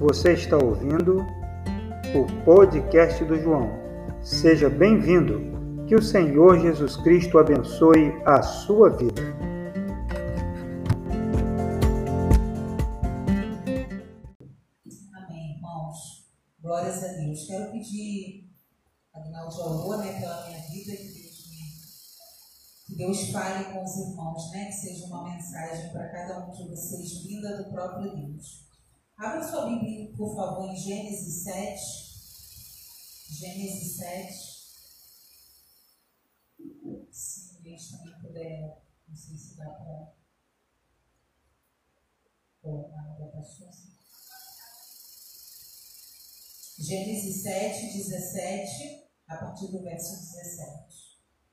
Você está ouvindo o podcast do João. Seja bem-vindo. Que o Senhor Jesus Cristo abençoe a sua vida. Amém, irmãos. Glórias a Deus. Quero pedir a Aguinaldo orou, pela minha vida, que Deus fale com os irmãos, que seja uma mensagem para cada um de vocês, vinda do próprio Deus. Abra sua Bíblia, por favor, em Gênesis 7. Gênesis 7. Se alguém também puder, não sei se dá para colocar na pastor. Gênesis 7, 17, a partir do verso 17.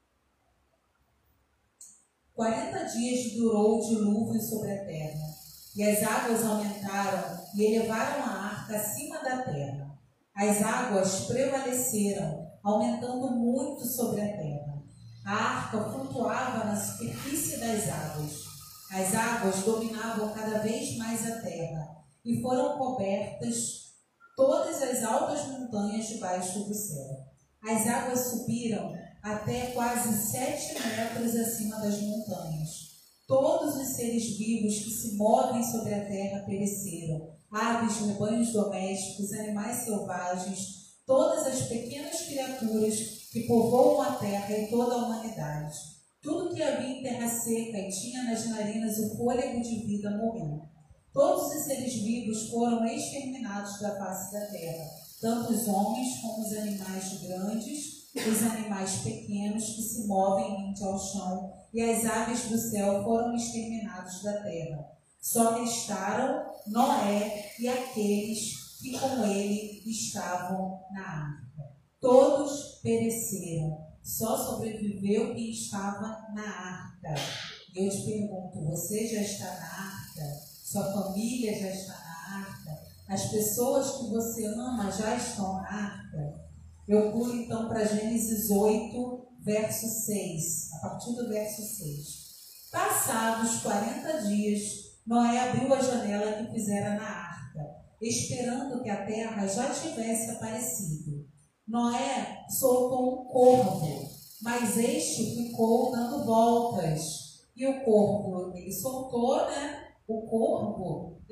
40 dias durou o dilúvio sobre a terra, e as águas aumentaram e elevaram a arca acima da terra. As águas prevaleceram, aumentando muito sobre a terra. A arca flutuava na superfície das águas. As águas dominavam cada vez mais a terra, e foram cobertas todas as altas montanhas debaixo do céu. As águas subiram até quase 7 metros acima das montanhas. Todos os seres vivos que se movem sobre a terra pereceram. Aves, rebanhos domésticos, animais selvagens, todas as pequenas criaturas que povoam a terra e toda a humanidade. Tudo que havia em terra seca e tinha nas narinas o fôlego de vida morreu. Todos os seres vivos foram exterminados da face da terra, tanto os homens como os animais grandes, os animais pequenos que se movem rente ao chão, e as aves do céu foram exterminados da terra. Só restaram Noé e aqueles que com ele estavam na arca. Todos pereceram, só sobreviveu quem estava na arca. Eu te pergunto, você já está na arca? Sua família já está na arca? As pessoas que você ama já estão na arca? Eu pulo então para Gênesis 8, verso 6, a partir do verso 6. Passados 40 dias, Noé abriu a janela que fizera na arca, esperando que a terra já tivesse aparecido. Noé soltou um corvo, mas este ficou dando voltas. E o corvo, ele soltou, O corvo,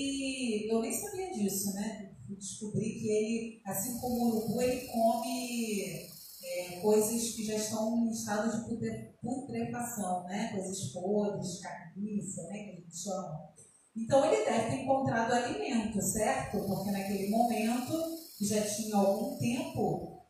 eu nem sabia disso, Descobri que ele, assim como o urubu, ele come coisas que já estão em estado de putrefação, Coisas podres, carniça, que a gente chama. Então ele deve ter encontrado alimento, certo? Porque naquele momento já tinha algum tempo,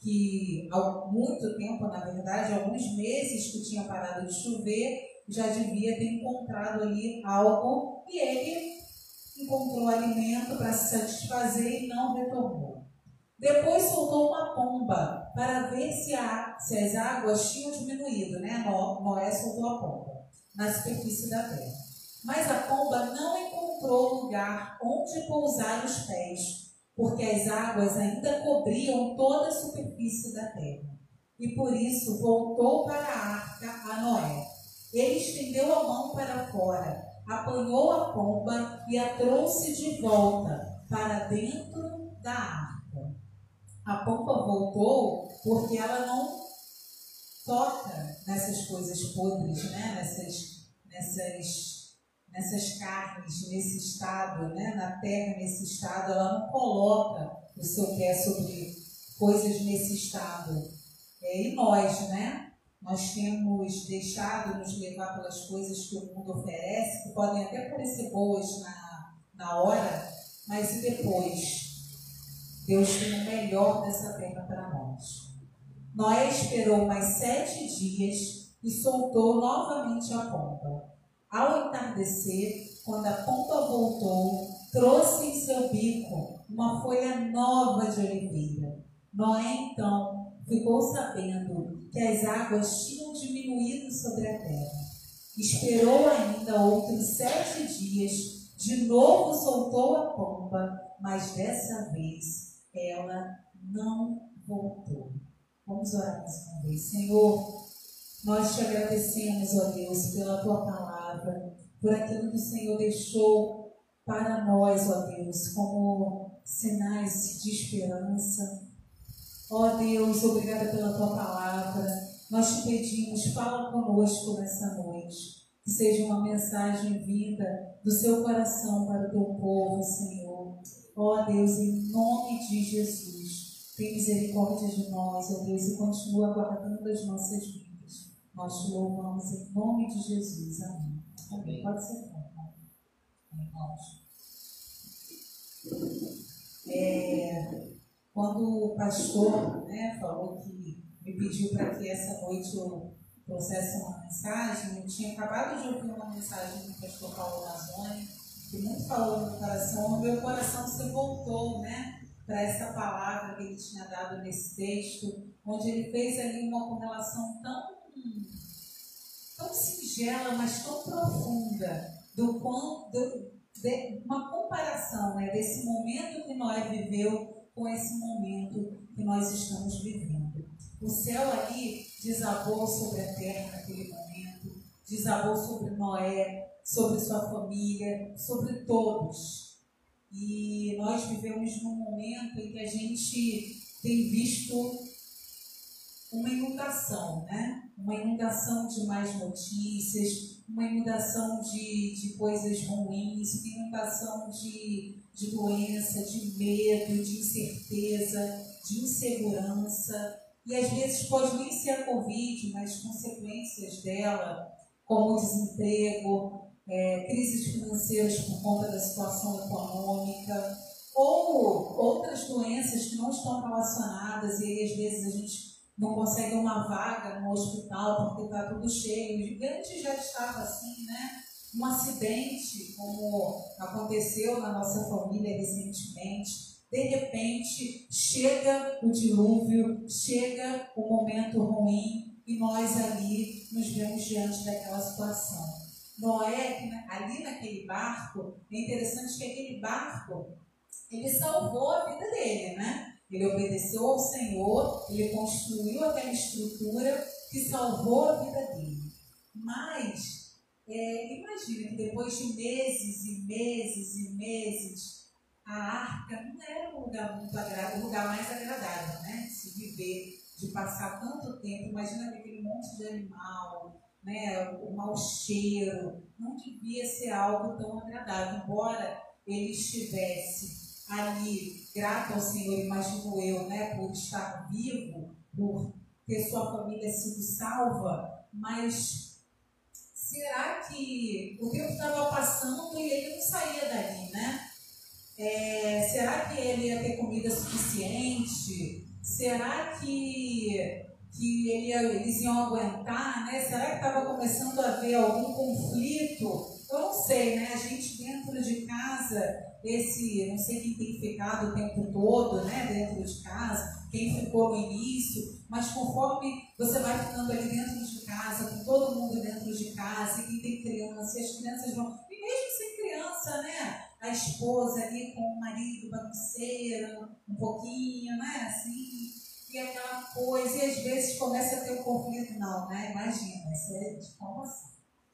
muito tempo na verdade, alguns meses que tinha parado de chover, já devia ter encontrado ali algo e ele encontrou alimento para se satisfazer e não retornou. Depois soltou uma pomba para ver se as águas tinham diminuído, Noé soltou a pomba na superfície da terra. Mas a pomba não encontrou lugar onde pousar os pés, porque as águas ainda cobriam toda a superfície da terra. E por isso voltou para a arca a Noé. Ele estendeu a mão para fora, apanhou a pomba e a trouxe de volta para dentro da arca. A pomba voltou porque ela não toca nessas coisas podres, nessas carnes, nesse estado, na terra, nesse estado. Ela não coloca o seu pé sobre coisas nesse estado. E nós, Nós temos deixado nos levar pelas coisas que o mundo oferece, que podem até parecer boas na hora, mas e depois? Deus tem o melhor dessa terra para nós. Noé esperou mais 7 dias e soltou novamente a pomba. Ao entardecer, quando a pomba voltou, trouxe em seu bico uma folha nova de oliveira. Noé, então, ficou sabendo que as águas tinham diminuído sobre a terra. Esperou ainda outros 7 dias, de novo soltou a pomba, mas dessa vez ela não voltou. Vamos orar mais uma vez. Senhor, nós te agradecemos, ó Deus, pela tua palavra, por aquilo que o Senhor deixou para nós, ó Deus, como sinais de esperança. Ó Deus, obrigada pela tua palavra. Nós te pedimos, fala conosco nessa noite. Que seja uma mensagem vinda do seu coração para o teu povo, Senhor. Ó Deus, em nome de Jesus, tem misericórdia de nós, ó Deus, e continua guardando as nossas vidas. Nós te louvamos em nome de Jesus. Amém. Amém. Pode ser bom, irmãos. Quando o pastor, falou que me pediu para que essa noite eu trouxesse uma mensagem, eu tinha acabado de ouvir uma mensagem do pastor Paulo Mazzoni, que muito falou no meu coração. O meu coração se voltou, para essa palavra que ele tinha dado nesse texto, onde ele fez ali uma correlação tão singela, mas tão profunda, uma comparação, desse momento que Noé viveu com esse momento que nós estamos vivendo. O céu ali desabou sobre a terra naquele momento, desabou sobre Noé, sobre sua família, sobre todos. E nós vivemos num momento em que a gente tem visto uma inundação, uma inundação de más notícias, uma inundação de coisas ruins, uma inundação de doença, de medo, de incerteza, de insegurança. E às vezes pode nem ser a Covid, mas consequências dela, como desemprego, crises financeiras por conta da situação econômica, ou outras doenças que não estão relacionadas, e aí às vezes a gente não consegue uma vaga no hospital porque está tudo cheio. Antes já estava assim, um acidente, como aconteceu na nossa família recentemente. De repente, chega o dilúvio, chega o momento ruim e nós ali nos vemos diante daquela situação. Noé, ali naquele barco, é interessante que aquele barco, ele salvou a vida dele, Ele obedeceu ao Senhor, ele construiu aquela estrutura que salvou a vida dele. Mas, imagina que depois de meses e meses e meses, a arca não era um lugar muito agradável, um lugar mais agradável, de se viver, de passar tanto tempo. Imagina aquele monte de animal, o mau cheiro, não devia ser algo tão agradável, embora ele estivesse ali, grato ao Senhor, imagino eu, por estar vivo, por ter sua família sido salva, mas será que o tempo estava passando e ele não saía dali, será que ele ia ter comida suficiente? Será que eles iam aguentar, Será que estava começando a haver algum conflito? Eu não sei, A gente dentro de casa, não sei quem tem ficado o tempo todo, dentro de casa, quem ficou no início, mas conforme você vai ficando ali dentro de casa, com todo mundo dentro de casa, e quem tem criança, e as crianças vão, e mesmo sem criança, A esposa ali com o marido bagunceiro, um pouquinho, assim, e aquela coisa, e às vezes começa a ter um conflito, imagina, isso é de formação.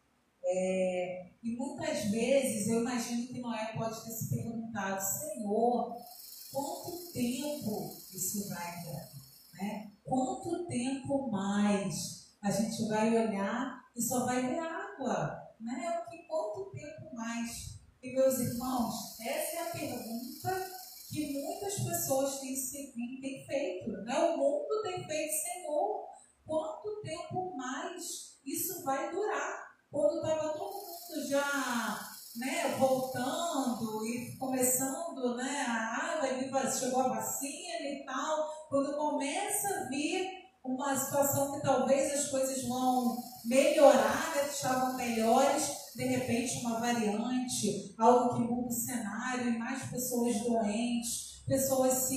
E muitas vezes eu imagino que Noé pode ter se perguntado: Senhor, quanto tempo isso vai durar? Quanto tempo mais? A gente vai olhar e só vai ver água, Quanto tempo mais? E meus irmãos, essa é a pergunta que muitas pessoas têm feito, O mundo tem feito: Senhor, quanto tempo mais isso vai durar? Quando estava todo mundo já voltando e começando, chegou a vacina e tal, quando começa a vir uma situação que talvez as coisas vão melhorar, que estavam melhores, de repente uma variante, algo que muda o cenário, e mais pessoas doentes, pessoas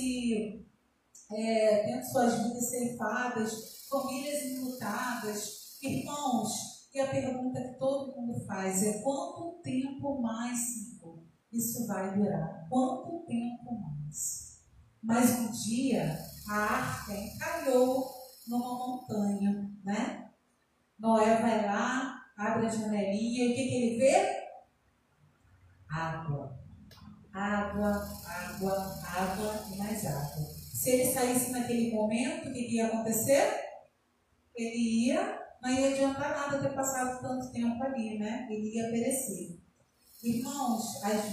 tendo suas vidas ceifadas, famílias enlutadas. Irmãos, e a pergunta que todo mundo faz é: quanto tempo mais, Senhor, isso vai durar? Quanto tempo mais? Mas um dia a arca encalhou numa montanha, Noé vai lá, abre a janelinha e o que ele vê? Água. água, água, água e mais água. Se ele saísse naquele momento, o que ia acontecer? Não ia adiantar nada ter passado tanto tempo ali, né? Ele ia perecer. Irmãos, às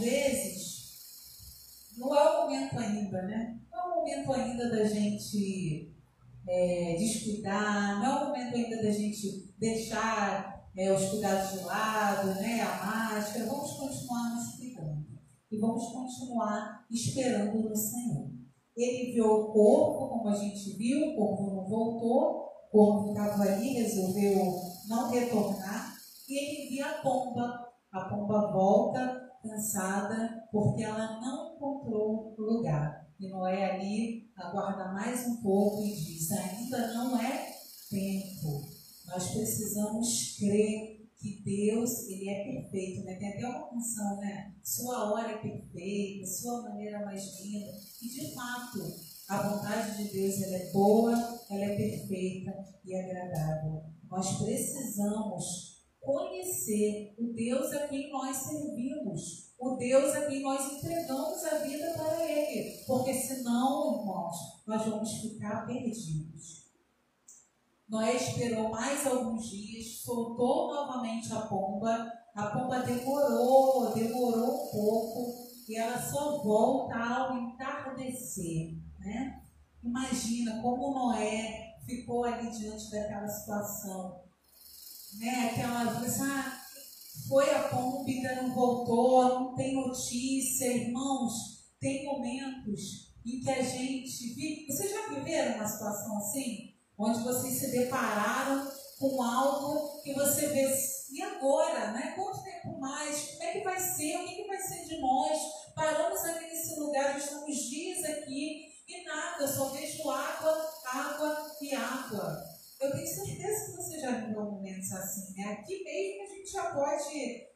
vezes, não é o momento ainda, né? Não é o momento ainda da gente descuidar, não é o momento ainda da gente deixar os cuidados de lado, né? A máscara. Vamos continuar nos cuidando e vamos continuar esperando no Senhor. Ele enviou o corpo, como a gente viu, o corpo não voltou, o corpo estava ali, resolveu não retornar, e ele envia a pomba. A pomba volta cansada porque ela não encontrou lugar. E Noé ali aguarda mais um pouco e diz: ainda não é tempo. Nós precisamos crer que Deus, ele é perfeito, né? Tem até uma canção, né? Sua hora é perfeita, sua maneira mais linda. E de fato, a vontade de Deus, ela é boa, ela é perfeita e agradável. Nós precisamos conhecer o Deus a quem nós servimos, o Deus a quem nós entregamos a vida para Ele, porque senão, irmãos, nós vamos ficar perdidos. Noé esperou mais alguns dias, soltou novamente a pomba demorou um pouco e ela só volta ao entardecer, né? Imagina como Noé ficou ali diante daquela situação, né? Aquela coisa, foi a pomba, ainda não voltou, não tem notícia. Irmãos, tem momentos em que a gente vive. Vocês já viveram uma situação assim? Onde vocês se depararam com algo que você vê, e agora, né? Quanto tempo mais? Como é que vai ser? O que vai ser de nós? Paramos aqui nesse lugar, estamos dias aqui e nada, eu só vejo água, água e água. Eu tenho certeza que você já viveu momentos assim, né? Aqui mesmo a gente já pode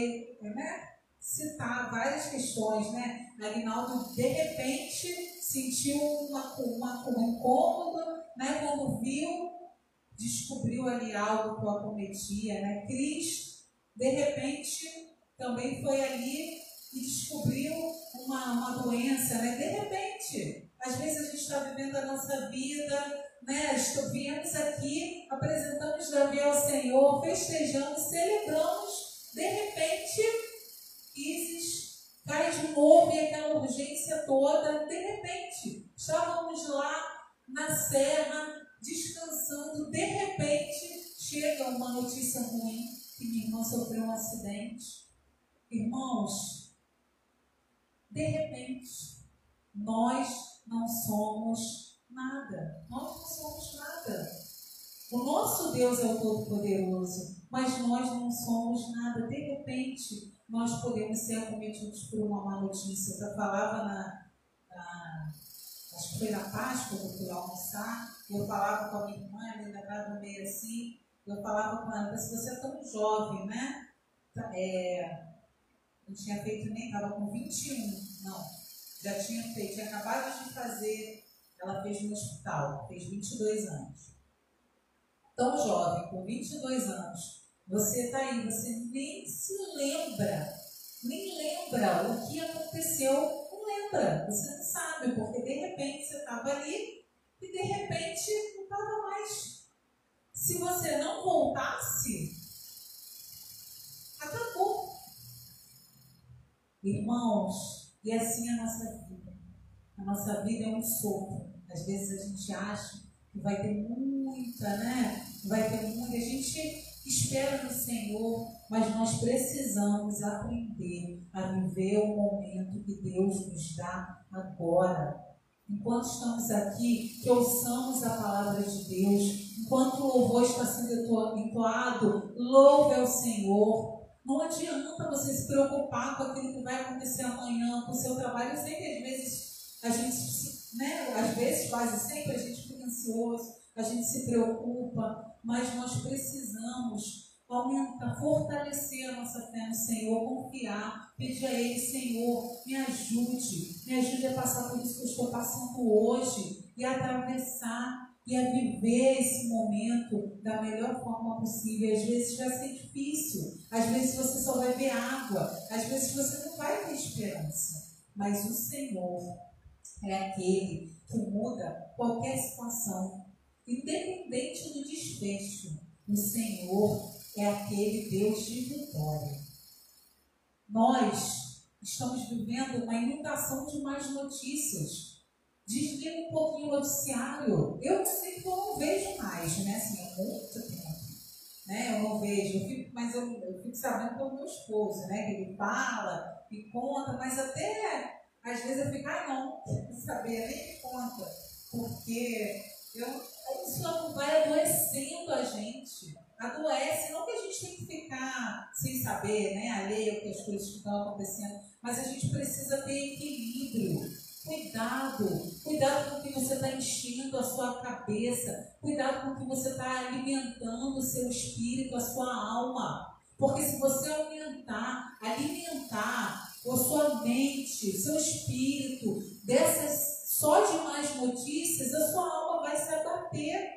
citar várias questões, né? Aguinaldo, de repente, sentiu um incômodo, né? Quando descobriu ali algo que o acometia, né? Cris, de repente, também foi ali e descobriu uma doença, né? De repente, às vezes a gente está vivendo a nossa vida, né? Viemos aqui, apresentamos Davi ao Senhor, festejamos, celebramos, de repente, Isis cai de novo e aquela urgência toda, de repente, estávamos lá na serra, descansando, de repente, chega uma notícia ruim, que minha irmã sofreu um acidente. Irmãos, de repente, nós não somos nada. Nós não somos nada. O nosso Deus é o Todo-Poderoso, mas nós não somos nada. De repente, nós podemos ser acometidos por uma má notícia. Eu falava acho que foi na Páscoa, que eu fui almoçar, eu falava com a minha irmã, ela ainda estava meio assim, eu falava com ela: se você é tão jovem, né? Não tinha feito nem, estava com 21, não, já tinha acabado de fazer, ela fez no hospital, fez 22 anos. Tão jovem, com 22 anos, você está aí, você nem se lembra, o que aconteceu, não lembra, você não sabe, porque de repente você estava ali e de repente não estava mais. Se você não voltasse, acabou. Irmãos, e assim é a nossa vida. A nossa vida é um sopro. Às vezes a gente acha que vai ter muita, né? Vai ter muita. A gente espera no Senhor, mas nós precisamos aprender a viver o momento que Deus nos dá agora. Enquanto estamos aqui, que ouçamos a palavra de Deus. Enquanto o louvor está sendo entoado, louve ao Senhor. Não adianta você se preocupar com aquilo que vai acontecer amanhã, com o seu trabalho. Eu sei que às vezes a gente, né, às vezes, quase sempre, a gente fica ansioso, a gente se preocupa, mas nós precisamos aumentar, fortalecer a nossa fé no Senhor, confiar, pedir a Ele: Senhor, me ajude a passar por isso que eu estou passando hoje e a atravessar e a viver esse momento da melhor forma possível. Às vezes vai ser difícil, às vezes você só vai ver água, às vezes você não vai ter esperança, mas o Senhor é aquele que muda qualquer situação, independente do desfecho. O Senhor é aquele Deus de vitória. Nós estamos vivendo uma inundação de más notícias. Desliga um pouquinho o noticiário. Eu sei que eu não vejo mais, né? Assim, há muito tempo. Né? Eu não vejo, mas eu fico sabendo pelo meu esposo, né? Que ele fala, me conta, mas até às vezes eu fico, não quero saber, nem me conta. Porque isso não vai adoecendo a gente. Adoece, não que a gente tem que ficar sem saber, né, alheio ao que as coisas que estão acontecendo, mas a gente precisa ter equilíbrio. Cuidado com o que você está enchendo a sua cabeça, cuidado com o que você está alimentando o seu espírito, a sua alma. Porque se você alimentar a sua mente, o seu espírito, dessas só de más notícias, a sua alma vai se abater.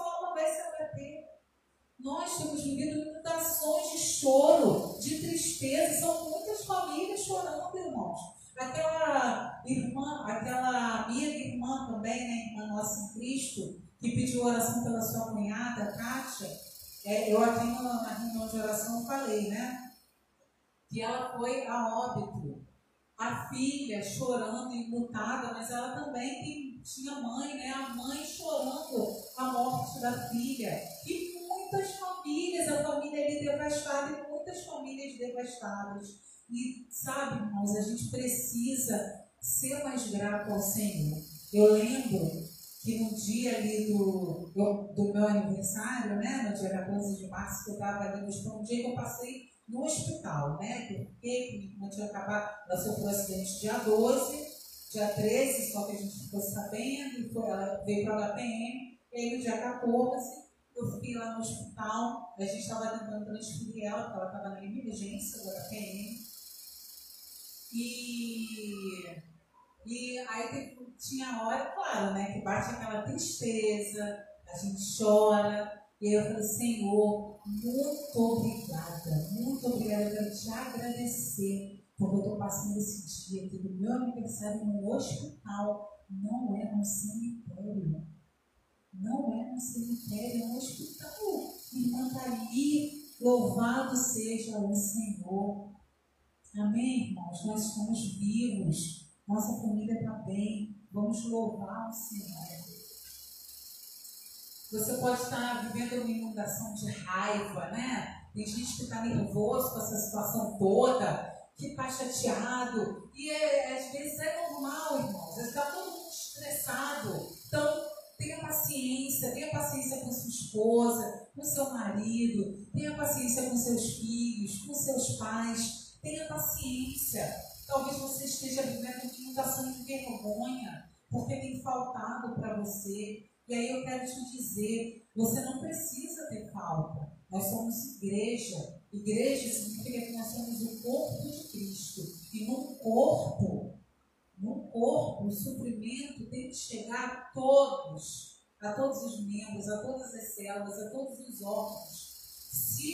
Nós temos vivido inundações de choro, de tristeza. São muitas famílias chorando, irmãos. Aquela amiga irmã também, né, irmã nossa em Cristo, que pediu oração pela sua cunhada, Kátia. Eu aqui na reunião de oração falei, né, que ela foi a óbito. A filha chorando, enlutada, mas ela também tinha mãe, né? A mãe chorando a morte da filha. E muitas famílias, a família ali devastada e muitas famílias devastadas. E sabe, irmãos, a gente precisa ser mais grato ao Senhor. Eu lembro que no dia ali do meu aniversário, né? No dia 14 de março, que eu estava ali, foi um dia que eu passei no hospital, né? Porque não tinha acabado, ela sofreu um acidente dia 12, dia 13, só que a gente ficou sabendo, ela veio para a HPM, e aí no dia 14 eu fiquei lá no hospital, a gente estava tentando transferir ela, porque ela estava na emergência da HPM, e aí tinha hora, claro, né, que bate aquela tristeza, a gente chora. E aí eu falei, Senhor, muito obrigada, eu quero te agradecer, porque eu estou passando esse dia aqui do meu aniversário no hospital, não é no cemitério, é um hospital. Irmã está ali, louvado seja o Senhor. Amém, irmãos? Nós estamos vivos, nossa família está bem, vamos louvar o Senhor. Você pode estar vivendo uma inundação de raiva, né? Tem gente que está nervoso com essa situação toda, que está chateado. E às vezes é normal, irmãos. Está todo mundo estressado. Então, tenha paciência com sua esposa, com seu marido, tenha paciência com seus filhos, com seus pais. Tenha paciência. Talvez você esteja vivendo uma inundação de vergonha, porque tem faltado para você. E aí eu quero te dizer, você não precisa ter falta. Nós somos igreja. Igreja significa que nós somos o corpo de Cristo. E no corpo, o suprimento tem que chegar a todos os membros, a todas as células, a todos os órgãos.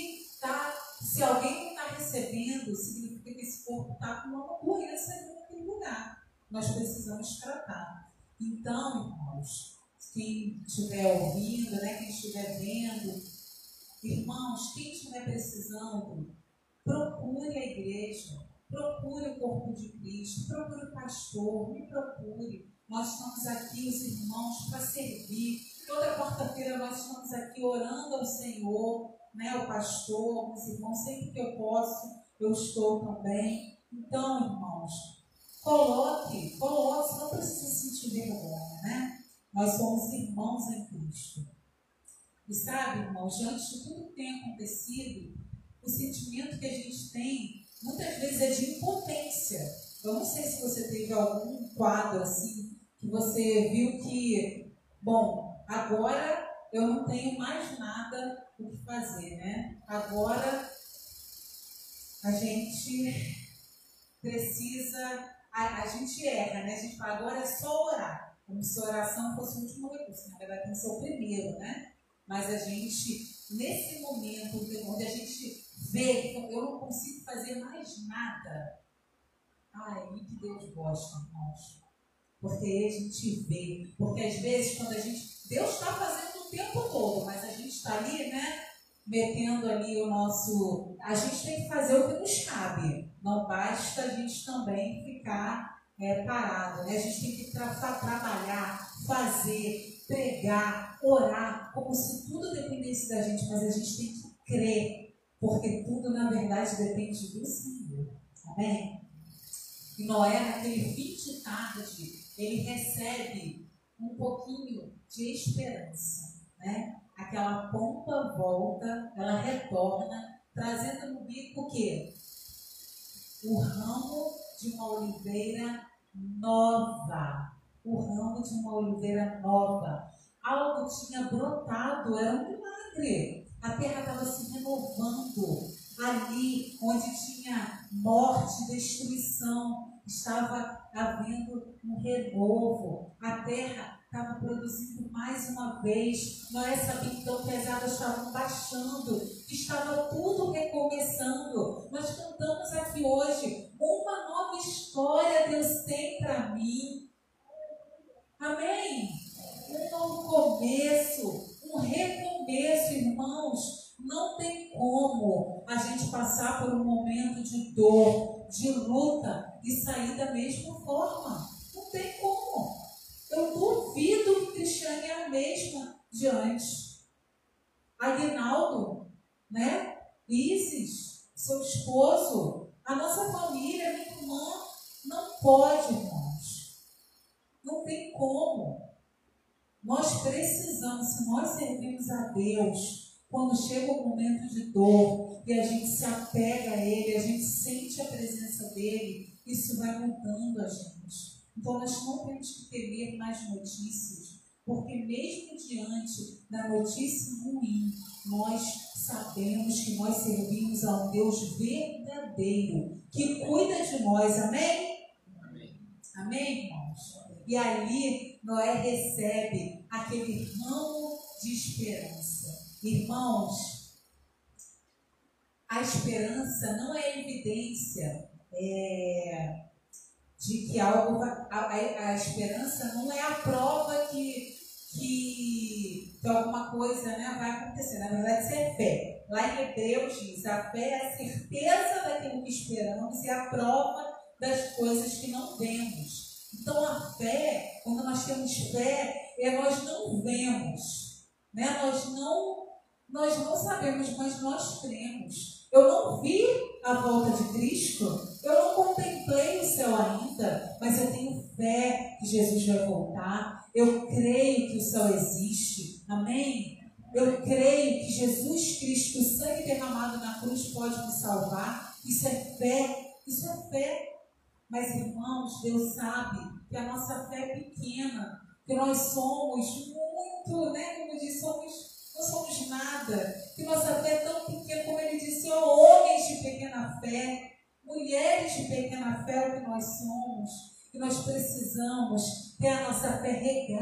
Se alguém não está recebendo, significa que esse corpo está com uma doença naquele lugar. Nós precisamos tratar. Então, irmãos, quem estiver ouvindo, né, quem estiver vendo, irmãos, quem estiver precisando, procure a igreja, procure o corpo de Cristo, procure o pastor, me procure. Nós estamos aqui, os irmãos, para servir. Toda quarta-feira nós estamos aqui orando ao Senhor, né, o pastor, os irmãos, sempre que eu posso, eu estou também. Então, irmãos, coloque, você não precisa sentir vergonha, né? Nós somos irmãos em Cristo. E sabe, irmãos, diante de tudo que tem acontecido, o sentimento que a gente tem, muitas vezes é de impotência. Eu não sei se você teve algum quadro assim, que você viu que, bom, agora eu não tenho mais nada o que fazer, né? Agora a gente precisa, a gente erra, né? A gente fala, agora é só orar. Como se a oração fosse o último recurso, na verdade tem que ser o primeiro, né? Mas a gente, nesse momento onde a gente vê que eu não consigo fazer mais nada, Ah, é aí que Deus gosta, irmãos. Porque aí a gente vê. Porque às vezes, quando a gente... Deus está fazendo o tempo todo, mas a gente está ali, né? Metendo ali o nosso... A gente tem que fazer o que nos cabe. Não basta a gente também ficar parado, né? A gente tem que trabalhar, fazer, pregar, orar, como se tudo dependesse da gente, mas a gente tem que crer, porque tudo, na verdade, depende do Senhor. Amém? E Noé, naquele fim de tarde, ele recebe um pouquinho de esperança, né? Aquela pompa volta, ela retorna, trazendo no bico o quê? O ramo de uma oliveira nova. O ramo de uma oliveira nova. Algo tinha brotado, era um milagre. A terra estava se renovando. Ali onde tinha morte, destruição, estava havendo um renovo. A terra estava produzindo mais uma vez. Noé sabia então que as águas estavam baixando, que estava tudo recomeçando. Nós cantamos aqui hoje, uma nova história Deus tem para mim. Amém? Um novo começo, um recomeço, irmãos. Não tem como a gente passar por um momento de dor, de luta e sair da mesma forma. Não tem como. Eu duvido que Cristiane é a mesma de antes. Aguinaldo, né? Isis, seu esposo, a nossa família, minha irmã, não pode, irmãos. Não tem como. Nós precisamos, se nós servimos a Deus, quando chega o momento de dor e a gente se apega a Ele, a gente sente a presença dEle, isso vai mudando a gente. Então nós não temos que temer mais notícias, porque mesmo diante da notícia ruim, nós sabemos que nós servimos a um Deus verdadeiro, que cuida de nós, amém? Amém, amém, irmãos? E ali Noé recebe aquele ramo de esperança. Irmãos, a esperança não é evidência de que algo vai... A esperança não é a prova que alguma coisa, né, vai acontecer. Na verdade, isso é fé. Lá em Hebreus diz, a fé é a certeza daquilo que esperamos e a prova das coisas que não vemos. Então, a fé, quando nós temos fé, nós não vemos, né? Nós não sabemos, mas nós cremos. Eu não vi a volta de Cristo, eu não contemplei o céu ainda, mas eu tenho fé que Jesus vai voltar. Eu creio que o céu existe, amém? Eu creio que Jesus Cristo, o sangue derramado na cruz, pode me salvar. Isso é fé, isso é fé. Mas, irmãos, Deus sabe que a nossa fé é pequena, que nós somos muito, né? Como diz, não somos nada, que nossa fé é tão pequena, como ele disse, homens de pequena fé, mulheres de pequena fé, é o que nós somos, e nós precisamos ter a nossa fé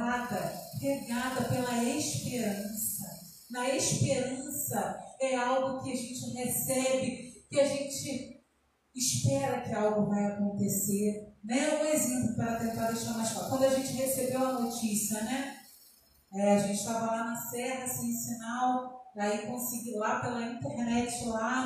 regada pela esperança. Na esperança é algo que a gente recebe, que a gente espera que algo vai acontecer, né? Um exemplo para tentar deixar mais claro. Quando a gente recebeu a notícia, né? A gente estava lá na serra, sem sinal, daí consegui lá pela internet,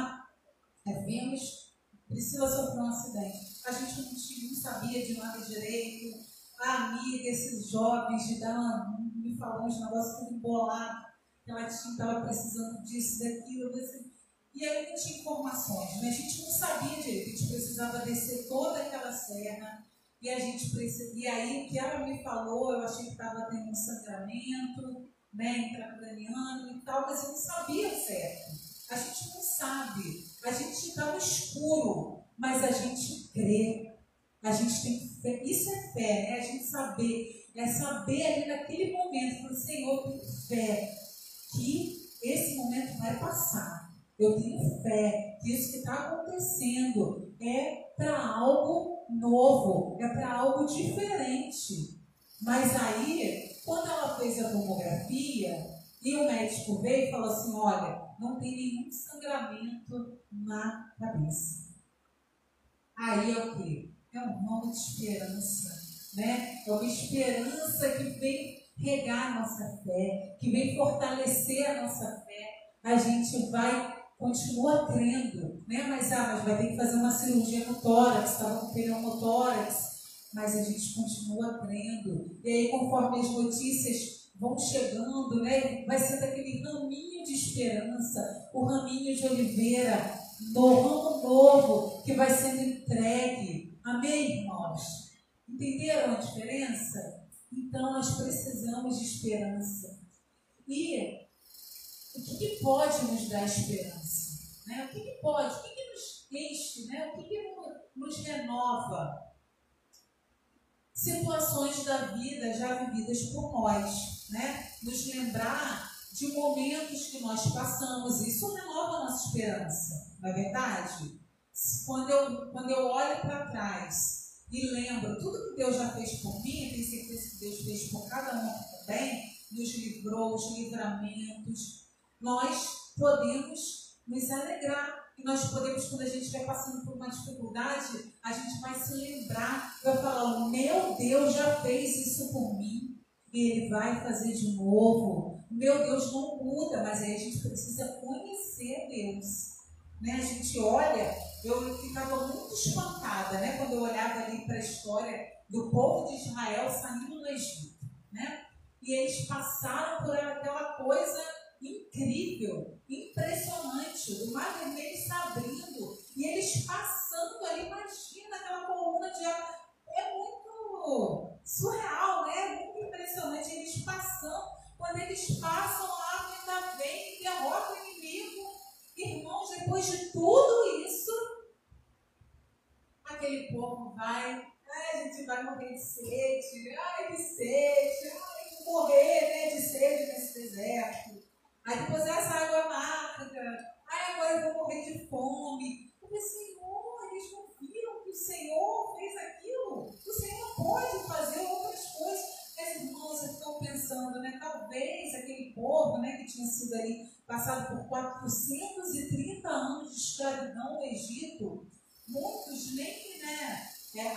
vimos, Priscila sofreu um acidente. A gente não sabia de nada direito. A amiga, esses jovens de dar me falou uns negócios tudo embolado, que ela estava precisando disso, daquilo, desse. E aí não tinha informações, né? A gente não sabia direito, a gente precisava descer toda aquela serra, e a gente e aí o que ela me falou, eu achei que estava tendo um sangramento, né, intracraniano e tal, mas eu não sabia certo. A gente não sabe, a gente está no escuro, mas a gente crê, a gente tem fé, isso é fé, né? A gente saber ali naquele momento, que o Senhor tem fé, que esse momento vai passar. Eu tenho fé que isso que está acontecendo é para algo novo, é para algo diferente. Mas aí, quando ela fez a tomografia, e o médico veio e falou assim, olha, não tem nenhum sangramento na cabeça. Aí é o quê? é um ramo de esperança, né? É uma esperança que vem regar a nossa fé, que vem fortalecer a nossa fé. A gente continua crendo, né? Mas vai ter que fazer uma cirurgia no tórax, estava com pneumotórax, mas a gente continua crendo. E aí, conforme as notícias vão chegando, né? Vai sendo aquele raminho de esperança, o raminho de oliveira, no ramo novo que vai sendo entregue. Amém, irmãos? Entenderam a diferença? Então, nós precisamos de esperança. E o que pode nos dar esperança? Né? O que pode? O que nos enche? Né? O que nos renova? Situações da vida já vividas por nós, né? Nos lembrar de momentos que nós passamos. Isso renova a nossa esperança, não é verdade? Quando eu olho para trás e lembro tudo que Deus já fez por mim, eu tenho certeza que Deus fez por cada um também, nos livrou, os livramentos, nós podemos nos alegrar. E nós podemos, quando a gente estiver passando por uma dificuldade, a gente vai se lembrar, vai falar, o meu Deus já fez isso por mim, e Ele vai fazer de novo. Meu Deus não muda, mas aí a gente precisa conhecer Deus. Né? A gente olha, eu ficava muito espantada, né? Quando eu olhava ali para a história do povo de Israel saindo do Egito, né? E eles passaram por aquela coisa incrível, impressionante, o mar vermelho está abrindo e eles passando ali, imagina aquela coluna de água, é muito surreal, né? É muito impressionante, eles passando, quando eles passam, a água ainda vem e derrota o inimigo. Irmãos, depois de tudo isso, aquele povo vai, a gente vai morrer de sede, que sede, vou morrer, né, de sede nesse deserto. Aí depois essa água amarga, agora eu vou morrer de fome. Eu falei, Senhor, eles não viram que o Senhor fez aquilo? O Senhor pode fazer outras coisas. Mas, irmãos, eu estou pensando, né, talvez aquele povo, né, que tinha sido ali, passado por 430 anos de escravidão no Egito, muitos nem, né,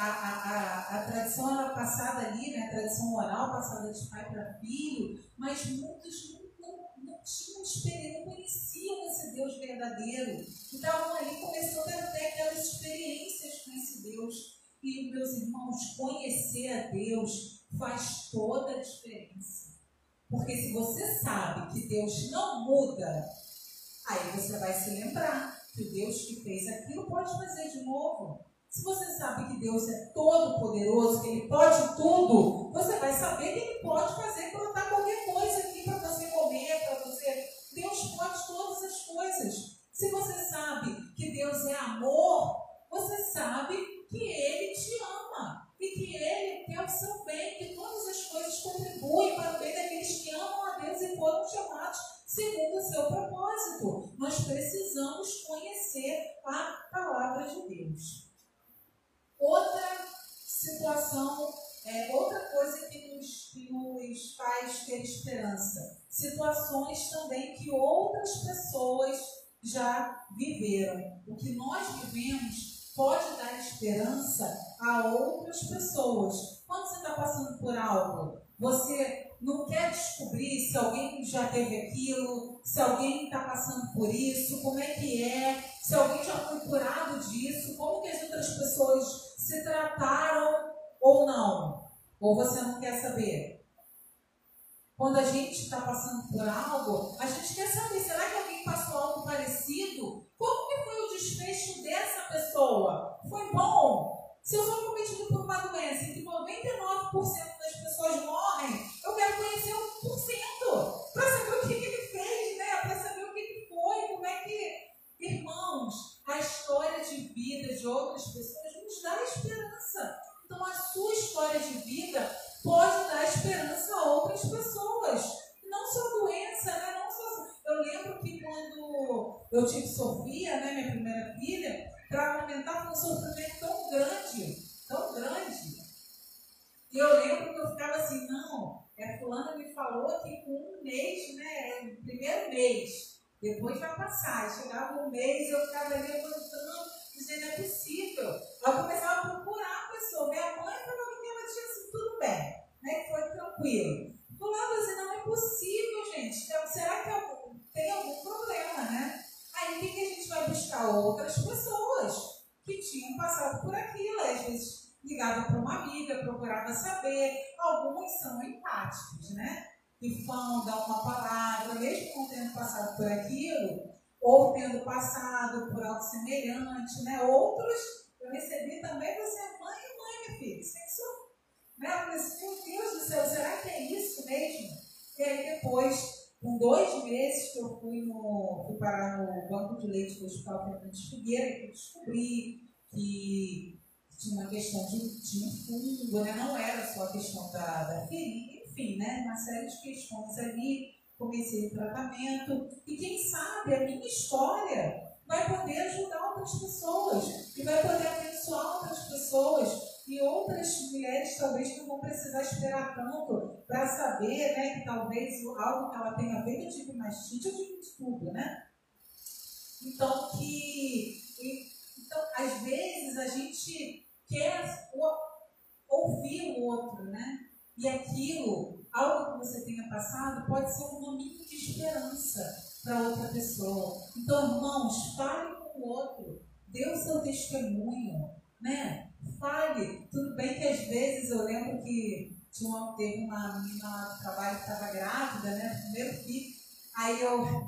a tradição era passada ali, né, a tradição oral passada de pai para filho, mas muitos não tinham experiência, não conheciam esse Deus verdadeiro. Estavam ali começando a ter aquelas experiências com esse Deus. E, meus irmãos, conhecer a Deus faz toda a diferença. Porque se você sabe que Deus não muda, aí você vai se lembrar que o Deus que fez aquilo pode fazer de novo. Se você sabe que Deus é todo poderoso, que Ele pode tudo, você vai saber que Ele pode fazer, plantar qualquer coisa aqui para você comer, para você. Deus pode todas as coisas. Se você sabe que Deus é amor, você sabe que Ele te ama e que Ele quer o seu bem, que todas as coisas contribuem para o bem daqueles que amam a Deus e foram chamados segundo o seu propósito. Nós precisamos conhecer a palavra de Deus. Outra situação, outra coisa que nos faz ter esperança. Situações também que outras pessoas já viveram. O que nós vivemos pode dar esperança a outras pessoas. Quando você está passando por algo, você não quer descobrir se alguém já teve aquilo, se alguém está passando por isso, como é que é, se alguém já foi curado disso, como que as outras pessoas se trataram ou não. Ou você não quer saber? Quando a gente está passando por algo, a gente quer saber, será que alguém passou algo parecido? Como que foi o desfecho dessa pessoa? Foi bom? Se eu sou cometido por uma doença em que 99% das pessoas morrem, eu quero conhecer 1% para saber o que ele fez, né? Para saber o que foi, como é que... Irmãos, a história de vida de outras pessoas nos dá esperança. Então, a sua história de vida pode dar esperança a outras pessoas. Não só doença, né? Não só... Eu lembro que quando eu tive Sofia, né, minha primeira filha, para amamentar foi um sofrimento tão grande, tão grande. E eu lembro que eu ficava assim, não, fulana me falou que com um mês, né, o primeiro mês, depois vai passar. Chegava um mês, eu ficava ali levantando, dizendo, não é possível. Eu começava a procurar tranquilo. Falando assim, não é possível, gente. Será que tem algum problema, né? Aí o que a gente vai buscar? Outras pessoas que tinham passado por aquilo. Às vezes ligava para uma amiga, procurava saber. Alguns são empáticos, né? E vão dar uma palavra, mesmo não tendo passado por aquilo, ou tendo passado por algo semelhante, né? Outros, eu recebi também, você é mãe, minha filha, sexo, né? Eu falei assim, meu Deus do céu, será que é isso mesmo? E aí depois, com 2 meses que eu fui parar no banco de leite do Hospital Fernandes Figueira, que eu descobri que tinha uma questão de um fungo, né? Não era só a questão da ferida, enfim, né? Uma série de questões ali. Comecei o tratamento e quem sabe a minha história vai poder ajudar outras pessoas e vai poder abençoar outras pessoas e outras mulheres talvez não vão precisar esperar tanto para saber, né, que talvez algo que ela tenha feito, eu tive mastite, eu tive de tudo, né? Então, às vezes a gente quer ouvir o outro, né? E aquilo, algo que você tenha passado, pode ser um momento de esperança para outra pessoa. Então, irmãos, fale com o outro, dê o seu testemunho, né? Fale. Tudo bem que às vezes eu lembro que teve uma menina lá do trabalho que estava grávida, né? Primeiro filho. Aí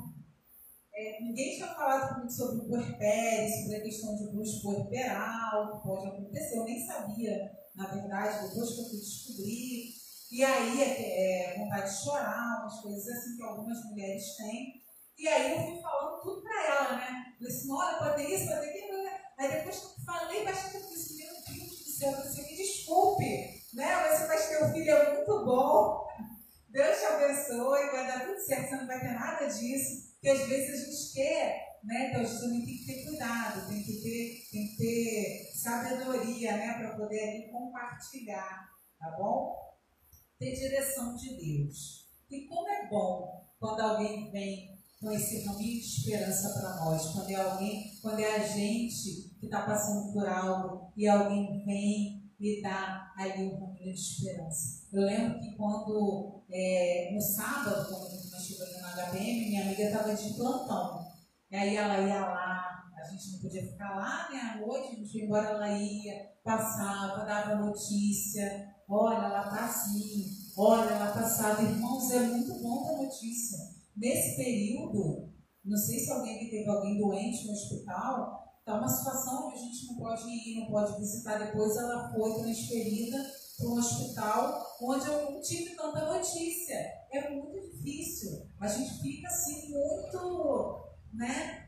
ninguém tinha falado comigo sobre o puerpério, sobre a questão de bruxo puerperal, que pode acontecer. Eu nem sabia, na verdade, depois que eu fui descobrir. E aí, vontade de chorar, umas coisas assim que algumas mulheres têm. E aí eu fui falando tudo para ela, né? Falei assim, olha, pode ter isso, pode ter aquilo. Aí depois que eu falei bastante, eu disse, meu Deus do céu, você me desculpe, né? Você vai ter um filho, é muito bom. Deus te abençoe, vai dar tudo certo, você não vai ter nada disso. Porque às vezes a gente quer, né? Então a gente também tem que ter cuidado, tem que ter sabedoria, né? Para poder ali compartilhar, tá bom? Ter direção de Deus. E como é bom quando alguém vem com esse caminho de esperança para nós, quando é a gente que está passando por algo e alguém vem e dá ali um caminho de esperança. Eu lembro que quando, no sábado, quando nós chegamos na HPM, minha amiga estava de plantão. E aí ela ia lá, a gente não podia ficar lá, né, à noite, a gente ia embora, ela ia, passava, dava notícia. Olha, ela está assim, olha, ela está assada. Irmãos, é muito bom ter notícia. Nesse período, não sei se alguém que teve alguém doente no hospital, está uma situação onde a gente não pode ir, não pode visitar. Depois ela foi transferida para um hospital onde eu não tive tanta notícia. É muito difícil. A gente fica assim muito, né?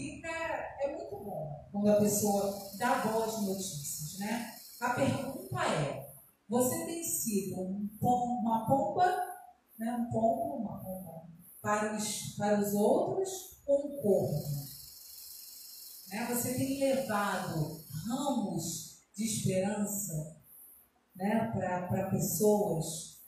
É muito bom quando a pessoa dá voz de notícias, né? A pergunta é, você tem sido uma pomba, né? Uma pomba para os outros ou um corpo? Né? Você tem levado ramos de esperança, né? Para pessoas.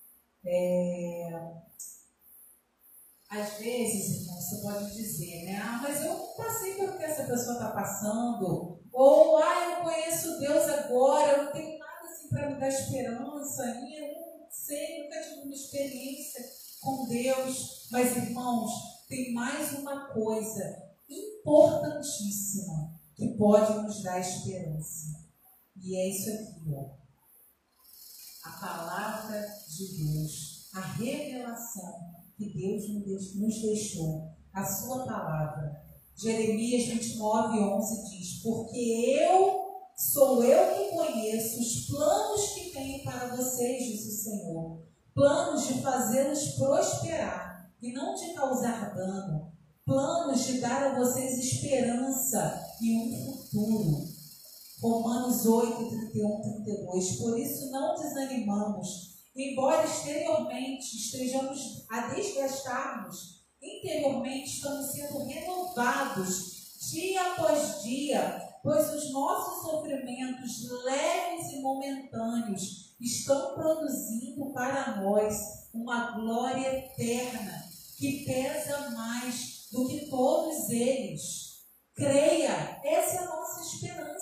Às vezes, irmão, você pode dizer, né? Ah, mas eu não passei pelo que essa pessoa está passando. Ou, eu conheço Deus agora, eu não tenho nada assim para me dar esperança. Eu não sei, nunca tive uma experiência com Deus. Mas, irmãos, tem mais uma coisa importantíssima que pode nos dar esperança. E é isso aqui, ó. A palavra de Deus, a revelação que Deus nos deixou, a sua palavra. Jeremias 29:11 diz, porque sou eu que conheço os planos que tenho para vocês, diz o Senhor, planos de fazê-los prosperar e não de causar dano, planos de dar a vocês esperança e um futuro. Romanos 8:31-32. Por isso não desanimamos, embora exteriormente estejamos a desgastar-nos, interiormente estamos sendo renovados dia após dia, pois os nossos sofrimentos leves e momentâneos estão produzindo para nós uma glória eterna que pesa mais do que todos eles. Creia, essa é a nossa esperança.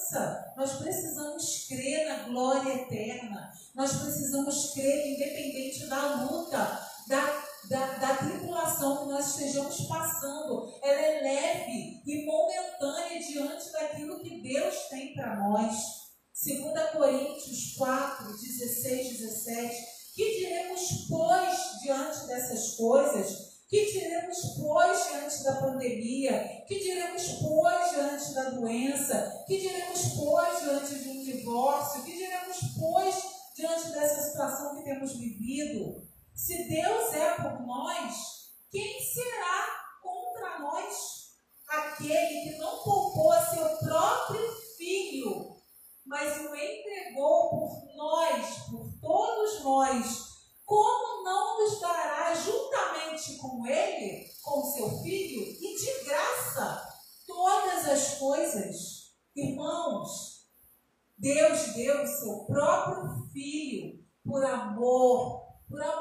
esperança. Nós precisamos crer na glória eterna. Nós precisamos crer que, independente da luta, da tribulação que nós estejamos passando, ela é leve e momentânea diante daquilo que Deus tem para nós. 2 Coríntios 4, 16, 17. Que diremos, pois, diante dessas coisas? Que diremos, pois, diante da pandemia? Que diremos, pois, diante da doença? Que diremos, pois, diante de um divórcio? Que diremos, pois, diante dessa situação que temos vivido? Se Deus é por nós, quem será contra nós? Aquele que não poupou a seu próprio Filho, mas o entregou por nós, por todos nós, como não nos dará juntamente com Ele, com seu Filho, e de graça, todas as coisas? Irmãos, Deus deu o seu próprio Filho por amor.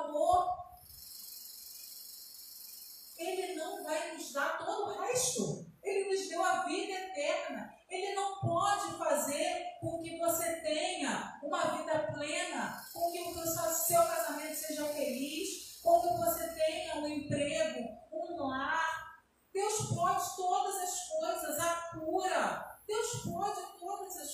Ele não vai nos dar todo o resto. Ele nos deu a vida eterna. Ele não pode fazer com que você tenha uma vida plena, com que o seu casamento seja feliz, com que você tenha um emprego, um lar. Deus pode todas as coisas, a cura. Deus pode todas as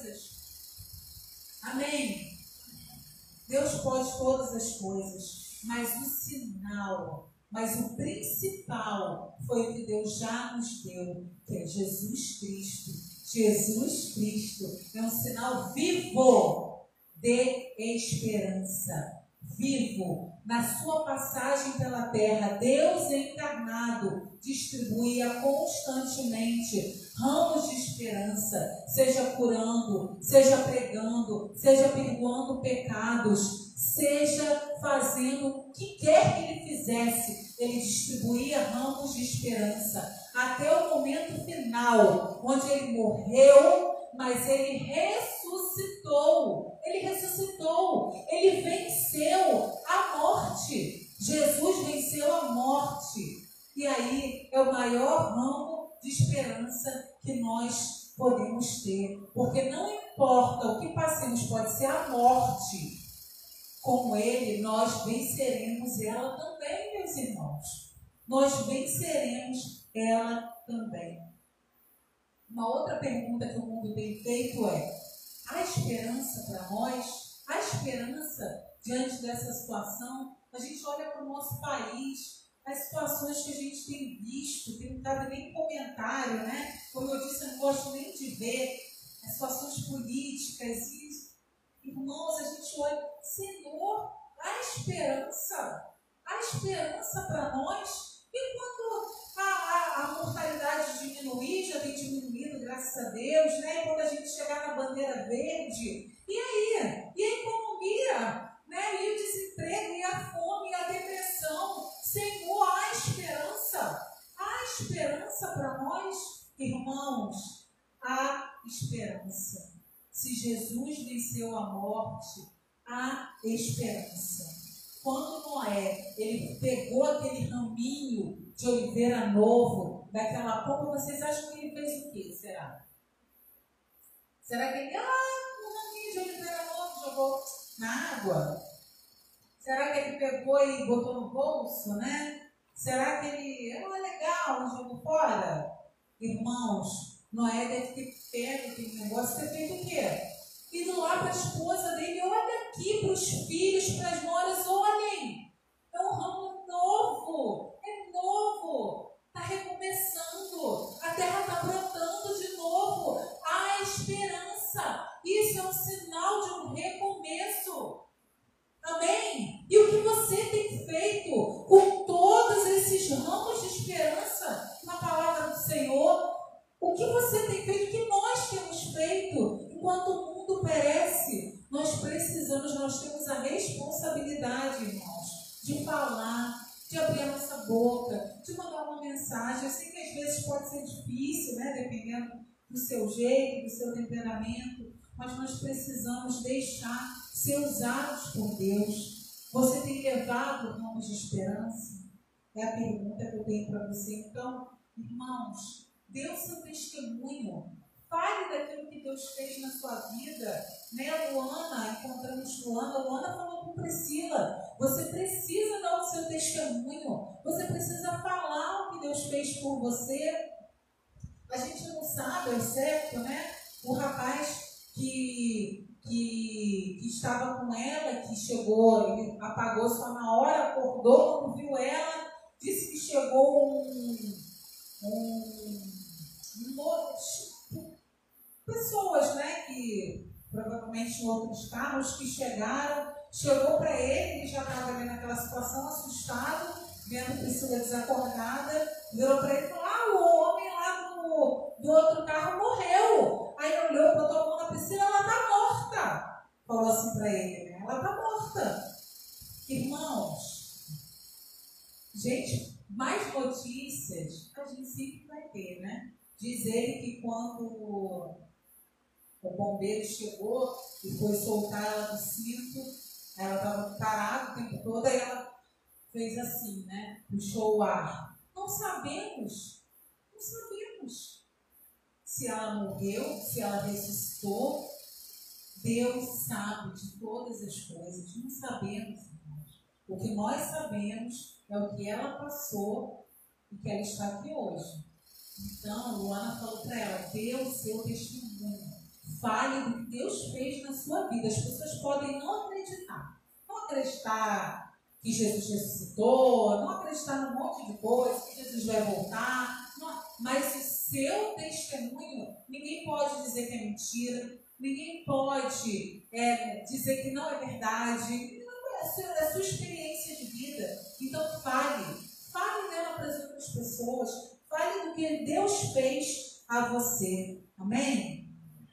coisas. Amém? Deus pode todas as coisas, mas o sinal, mas o principal foi o que Deus já nos deu, que é Jesus Cristo. Jesus Cristo é um sinal vivo de esperança. Vivo. Na sua passagem pela terra, Deus encarnado distribuía constantemente ramos de esperança, seja curando, seja pregando, seja perdoando pecados, seja fazendo o que quer que ele fizesse. Ele distribuía ramos de esperança até o momento final, onde ele morreu, mas ele ressuscitou. Ele venceu a morte. Jesus venceu a morte. E aí é o maior ramo de esperança que nós podemos ter. Porque não importa o que passemos, pode ser a morte. Com ele, nós venceremos ela também, meus irmãos. Nós venceremos ela também. Uma outra pergunta que o mundo tem feito é: há esperança para nós? Há esperança diante dessa situação? A gente olha para o nosso país, as situações que a gente tem visto, tem não dado nem comentário, né? Como eu disse, eu não gosto nem de ver as situações políticas. Irmãos, a gente olha, Senhor, há esperança para nós. E quando a mortalidade diminuir, já tem diminuído, graças a Deus, né? E quando a gente chegar na bandeira verde, e aí? E a economia, né? E o desemprego, e a fome, e a depressão. Senhor, há esperança. Há esperança para nós, irmãos. Há esperança. Se Jesus venceu a morte, há esperança. Quando Noé, ele pegou aquele raminho de oliveira novo, daquela polpa, vocês acham que ele fez o quê? Será que ele, um raminho de oliveira novo, jogou na água? Será que ele pegou e botou no bolso, né? Será que ele, legal, jogou fora? Irmãos, Noé deve ter pego aquele negócio e ter feito o quê? Indo lá para a esposa dele, olha aqui para os filhos, para as noras, olhem, é um ramo novo, é novo, está recomeçando, a terra está brotando de novo, há esperança, isso é um sinal de um recomeço, amém? E o que você tem feito com todos esses ramos de esperança na palavra do Senhor? O que você tem feito, o que nós temos feito? Enquanto o mundo perece, nós temos a responsabilidade, irmãos, de falar, de abrir a nossa boca, de mandar uma mensagem. Eu sei que às vezes pode ser difícil, né, dependendo do seu jeito, do seu temperamento, mas nós precisamos deixar ser usados por Deus. Você tem levado ramos de esperança? É a pergunta que eu tenho para você. Então, irmãos, dê o seu testemunho. Fale daquilo que Deus fez na sua vida. Né, Luana, encontramos Luana falou com Priscila. Você precisa dar o seu testemunho. Você precisa falar o que Deus fez por você. A gente não sabe, é certo, né? O rapaz que estava com ela, que chegou, ele apagou só na hora, acordou, quando viu ela, disse que chegou pessoas, né, que provavelmente em outros carros que chegou para ele, ele já estava ali naquela situação, assustado, vendo Priscila desacordada, virou para ele e falou: o homem lá do outro carro morreu. Aí ele olhou, botou a mão na Priscila, ela está morta. Falou assim para ele, né? Ela está morta. Irmãos, gente, mais notícias a gente sempre vai ter, né? Diz ele que quando o bombeiro chegou e foi soltar ela do cinto, ela estava parada o tempo todo, aí ela fez assim, né? Puxou o ar. Não sabemos se ela morreu, se ela ressuscitou. Deus sabe de todas as coisas, não sabemos, irmãos. O que nós sabemos é o que ela passou e que ela está aqui hoje. Então, Luana falou para ela: dê o seu testemunho, fale do que Deus fez na sua vida. As pessoas podem não acreditar que Jesus ressuscitou, não acreditar num monte de coisa, que Jesus vai voltar, mas o seu testemunho, ninguém pode dizer que é mentira, ninguém pode dizer que não é verdade, é a sua experiência de vida. Então fale dela para as outras pessoas, fale do que Deus fez a você, amém?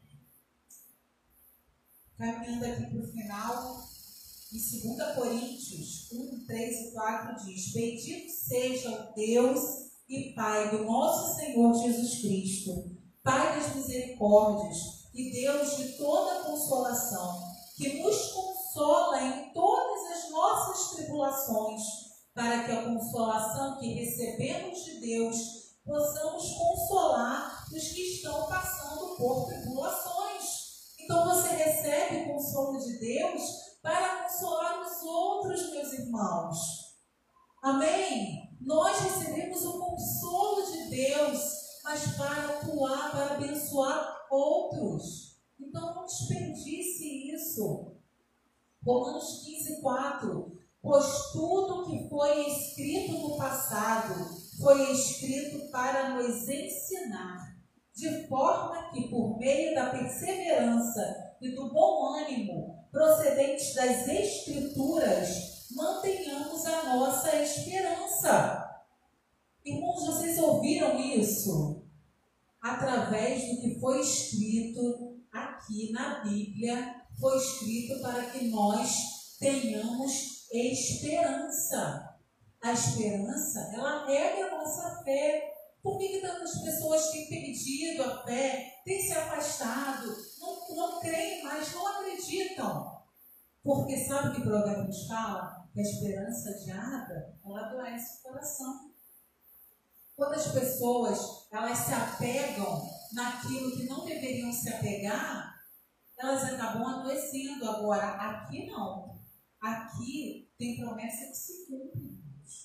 Caminhando aqui para o final, em 2 Coríntios 1, 3 e 4 diz: bendito seja o Deus e Pai do nosso Senhor Jesus Cristo, Pai das misericórdias e Deus de toda consolação, que nos consola em todas as nossas tribulações, para que a consolação que recebemos de Deus possamos consolar os que estão passando por tribulações. Então você recebe o consolo de Deus para consolar os outros, meus irmãos. Amém? Nós recebemos o consolo de Deus, mas para atuar, para abençoar outros. Então não desperdice isso. Romanos 15, 4. Pois tudo que foi escrito no passado foi escrito para nos ensinar, de forma que por meio da perseverança e do bom ânimo procedentes das Escrituras, mantenhamos a nossa esperança. Irmãos, vocês ouviram isso? Através do que foi escrito aqui na Bíblia, foi escrito para que nós tenhamos esperança. A esperança, ela rega a nossa fé. Por que tantas pessoas têm perdido a fé, têm se afastado, não creem mais, não acreditam? Porque sabe o que o Provérbios fala? Que a esperança adiada, ela adoece o coração. Quando as pessoas elas se apegam naquilo que não deveriam se apegar, elas acabam adoecendo. Agora, aqui não. Aqui tem promessa que se cumpre.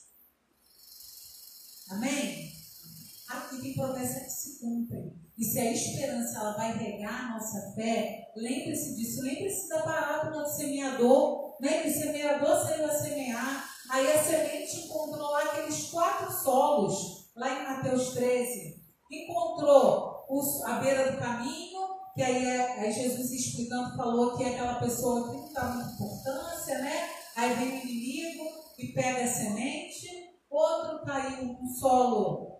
Amém? Aqui tem promessa que se cumpre. E se a esperança ela vai regar a nossa fé, lembre-se disso. Lembre-se da parábola do semeador. Né? Que o semeador saiu a semear. Aí a semente encontrou lá aqueles 4 solos, lá em Mateus 13. Encontrou a beira do caminho, que aí Jesus explicando, falou que aquela pessoa que não dá muita importância, né? Aí vem o inimigo e pega a semente. Outro caiu num solo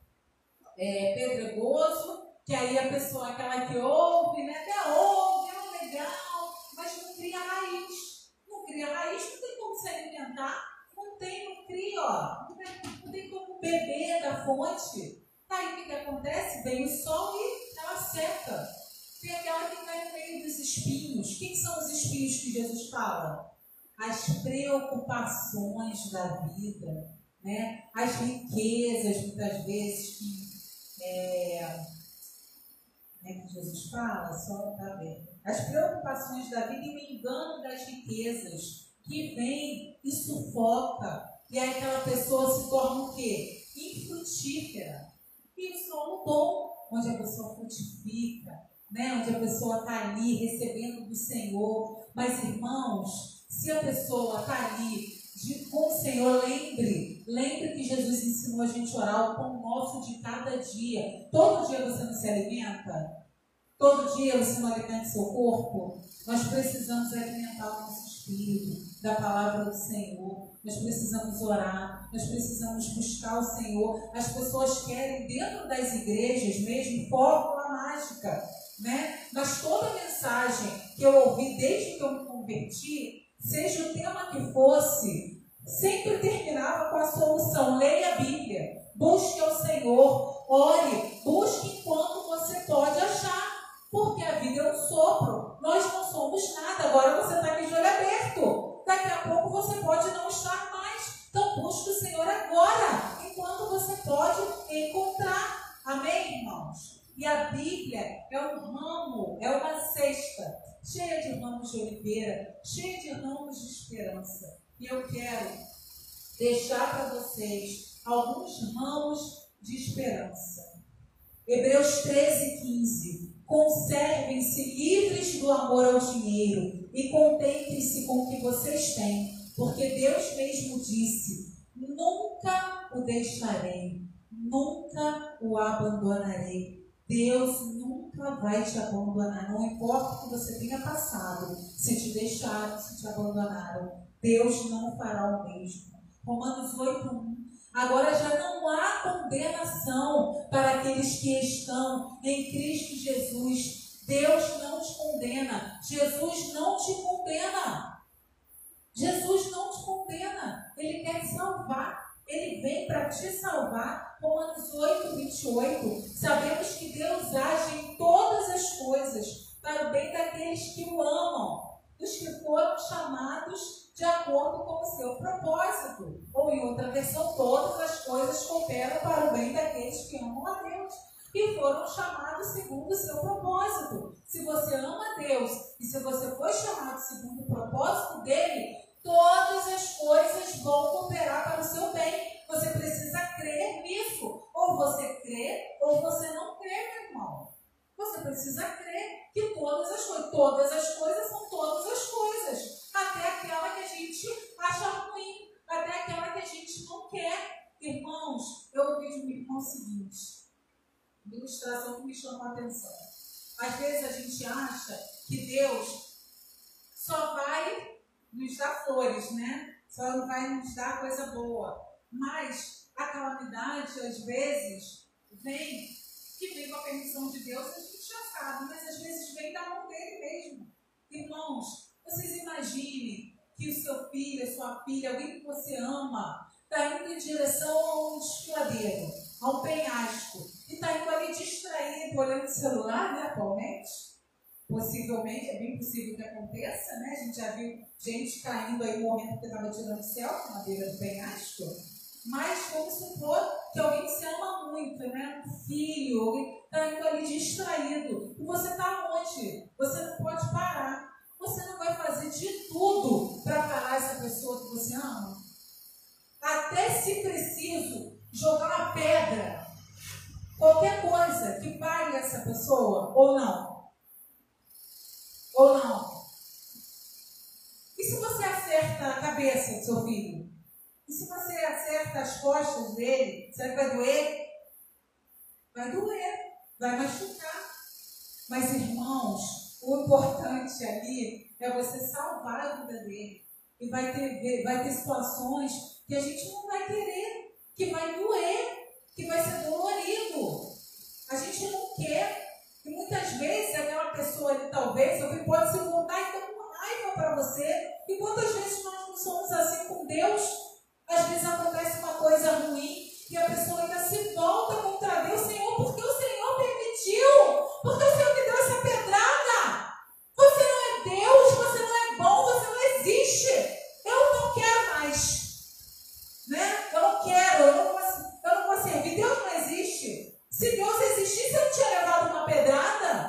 pedregoso, que aí a pessoa, aquela que ouve, né? Até ouve, é legal, mas não cria raiz. Não cria raiz, não tem como se alimentar, não cria, não tem como beber da fonte. Aí o que acontece? Vem o sol e ela seca. Tem aquela que cai no meio dos espinhos. O que são os espinhos que Jesus fala? As preocupações da vida, né? As riquezas, muitas vezes, que que Jesus fala, só para ver. As preocupações da vida e o engano das riquezas que vem e sufoca. E aí aquela pessoa se torna o quê? Infrutífera. E o solo bom, onde a pessoa frutifica, né? Onde a pessoa está ali recebendo do Senhor. Mas, irmãos, se a pessoa está ali com o Senhor, lembre que Jesus ensinou a gente a orar o pão nosso de cada dia. Todo dia você não se alimenta? Todo dia você não alimenta seu corpo? Nós precisamos alimentar o nosso espírito da palavra do Senhor. Nós precisamos orar, nós precisamos buscar o Senhor. As pessoas querem, dentro das igrejas mesmo, fórmula mágica, né? Mas toda mensagem que eu ouvi desde que eu me converti, seja o tema que fosse, sempre terminava com a solução: leia a Bíblia, busque ao Senhor, ore, busque enquanto você pode achar, porque a vida é um sopro, nós não somos nada. Agora você está aqui de olho aberto, daqui a pouco você pode não estar mais. Então busque o Senhor agora, enquanto você pode encontrar. Amém, irmãos? E a Bíblia é um ramo, é uma cesta cheia de ramos de oliveira, cheia de ramos de esperança. E eu quero deixar para vocês alguns ramos de esperança. Hebreus 13:15. Conservem-se livres do amor ao dinheiro e contentem-se com o que vocês têm, porque Deus mesmo disse: nunca o deixarei, nunca o abandonarei. Deus nunca vai te abandonar, não importa o que você tenha passado, se te deixaram, se te abandonaram, Deus não fará o mesmo. Romanos 8:1. Agora já não há condenação para aqueles que estão em Cristo Jesus. Deus não te condena, Jesus não te condena. Jesus não te condena, Ele quer te salvar. Ele vem para te salvar. Romanos 8:28. Sabemos que Deus age em todas as coisas para o bem daqueles que o amam, dos que foram chamados de acordo com o seu propósito. Ou em outra versão, todas as coisas cooperam para o bem daqueles que amam a Deus e foram chamados segundo o seu propósito. Se você ama a Deus e se você foi chamado segundo o propósito dele, todas as coisas vão cooperar para o seu bem. Você precisa crer nisso. Ou você crê, ou você não crê, meu irmão. Você precisa crer que todas as coisas são todas as coisas. Até aquela que a gente acha ruim, até aquela que a gente não quer. Irmãos, eu ouvi de um irmão o seguinte, uma ilustração que me chamou a atenção. Às vezes a gente acha que Deus só vai nos dar flores, né? Só não vai nos dar coisa boa. Mas a calamidade, às vezes, vem com a permissão de Deus, a gente já sabe, mas às vezes vem da mão dele mesmo. Irmãos, vocês imaginem que o seu filho, a sua filha, alguém que você ama, está indo em direção a um desfiladeiro, a um penhasco, e está indo ali distraído, olhando o celular, né, atualmente. Possivelmente, é bem possível que aconteça, né? A gente já viu gente caindo aí no momento que estava tirando selfie na beira do penhasco. Mas vamos supor que alguém se ama muito, né? Um filho, alguém está indo ali distraído. E você está onde? Você não pode parar. Você não vai fazer de tudo para parar essa pessoa que você ama? Até se preciso jogar uma pedra, qualquer coisa que pare essa pessoa, ou não? Ou não? E se você acerta a cabeça do seu filho? E se você acerta as costas dele, será que vai doer? Vai doer, vai machucar. Mas, irmãos, o importante ali é você salvar a vida dele. E vai ter situações que a gente não vai querer, que vai doer, que vai ser dolorido. A gente não quer. E muitas vezes aquela pessoa ali, talvez, alguém pode se voltar e ter uma raiva para você. E quantas vezes nós não somos assim com Deus? Às vezes acontece uma coisa ruim e a pessoa ainda se volta contra Deus. Senhor, por que o Senhor permitiu? Por que o Senhor me deu essa pedrada? Você não é Deus, você não é bom, você não existe. Eu não quero mais. Né? Eu não quero, eu não vou servir. Deus não existe. Se Deus existisse, eu não tinha levado uma pedrada.